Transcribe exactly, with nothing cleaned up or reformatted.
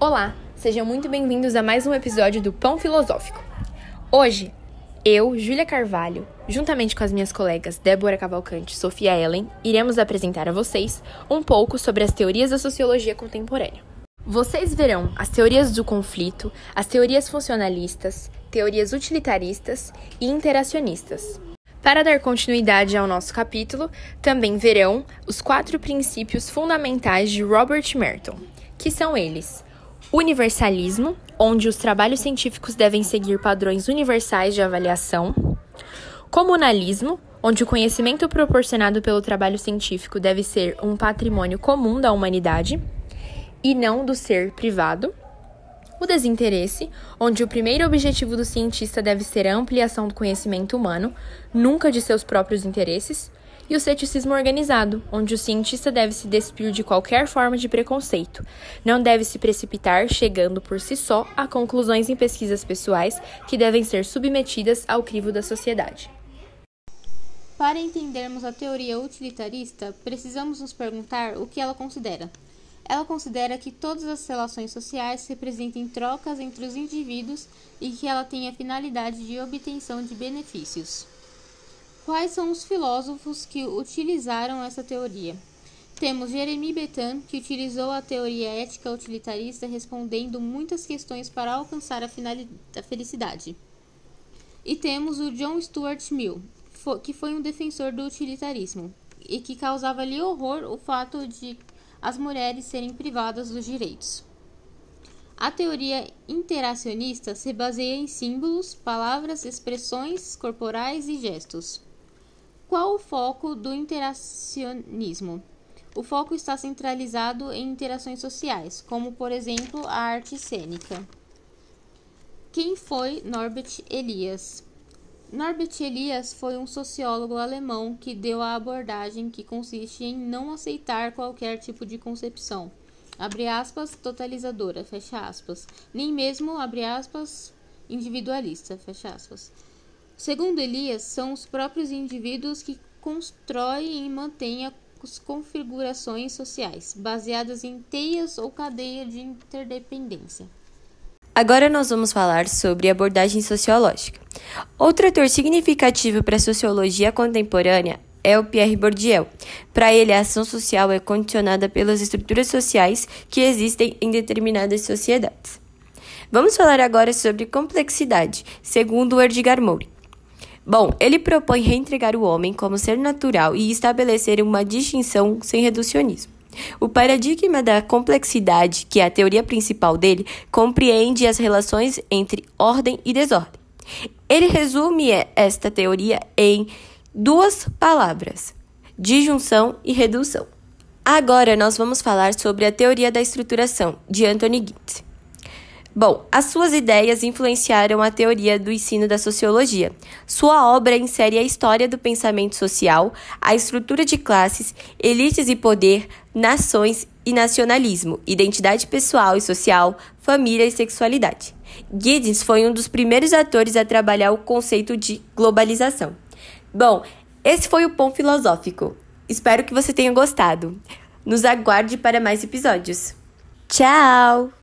Olá, sejam muito bem-vindos a mais um episódio do Pão Filosófico. Hoje, eu, Júlia Carvalho, juntamente com as minhas colegas Débora Cavalcante e Sofia Ellen, iremos apresentar a vocês um pouco sobre as teorias da sociologia contemporânea. Vocês verão as teorias do conflito, as teorias funcionalistas, teorias utilitaristas e interacionistas. Para dar continuidade ao nosso capítulo, também verão os quatro princípios fundamentais de Robert Merton, que são eles: universalismo, onde os trabalhos científicos devem seguir padrões universais de avaliação; comunalismo, onde o conhecimento proporcionado pelo trabalho científico deve ser um patrimônio comum da humanidade e não do ser privado; o desinteresse, onde o primeiro objetivo do cientista deve ser a ampliação do conhecimento humano, nunca de seus próprios interesses; e o ceticismo organizado, onde o cientista deve se despir de qualquer forma de preconceito, não deve se precipitar, chegando por si só a conclusões em pesquisas pessoais que devem ser submetidas ao crivo da sociedade. Para entendermos a teoria utilitarista, precisamos nos perguntar o que ela considera. Ela considera que todas as relações sociais representem trocas entre os indivíduos e que ela tenha a finalidade de obtenção de benefícios. Quais são os filósofos que utilizaram essa teoria? Temos Jeremy Bentham, que utilizou a teoria ética utilitarista respondendo muitas questões para alcançar a, finalidade, a felicidade. E temos o John Stuart Mill, que foi um defensor do utilitarismo e que causava-lhe horror o fato de as mulheres serem privadas dos direitos. A teoria interacionista se baseia em símbolos, palavras, expressões corporais e gestos. Qual o foco do interacionismo? O foco está centralizado em interações sociais, como, por exemplo, a arte cênica. Quem foi Norbert Elias? Norbert Elias foi um sociólogo alemão que deu a abordagem que consiste em não aceitar qualquer tipo de concepção, abre aspas, totalizadora, fecha aspas, nem mesmo, abre aspas, individualista, fecha aspas. Segundo Elias, são os próprios indivíduos que constroem e mantêm as configurações sociais, baseadas em teias ou cadeia de interdependência. Agora nós vamos falar sobre abordagem sociológica. Outro ator significativo para a sociologia contemporânea é o Pierre Bourdieu. Para ele, a ação social é condicionada pelas estruturas sociais que existem em determinadas sociedades. Vamos falar agora sobre complexidade, segundo Edgar Morin. Bom, ele propõe reintegrar o homem como ser natural e estabelecer uma distinção sem reducionismo. O paradigma da complexidade, que é a teoria principal dele, compreende as relações entre ordem e desordem. Ele resume esta teoria em duas palavras: disjunção e redução. Agora nós vamos falar sobre a teoria da estruturação, de Anthony Giddens. Bom, as suas ideias influenciaram a teoria do ensino da sociologia. Sua obra insere a história do pensamento social, a estrutura de classes, elites e poder, nações e nacionalismo, identidade pessoal e social, família e sexualidade. Giddens foi um dos primeiros atores a trabalhar o conceito de globalização. Bom, esse foi o Pão Filosófico. Espero que você tenha gostado. Nos aguarde para mais episódios. Tchau!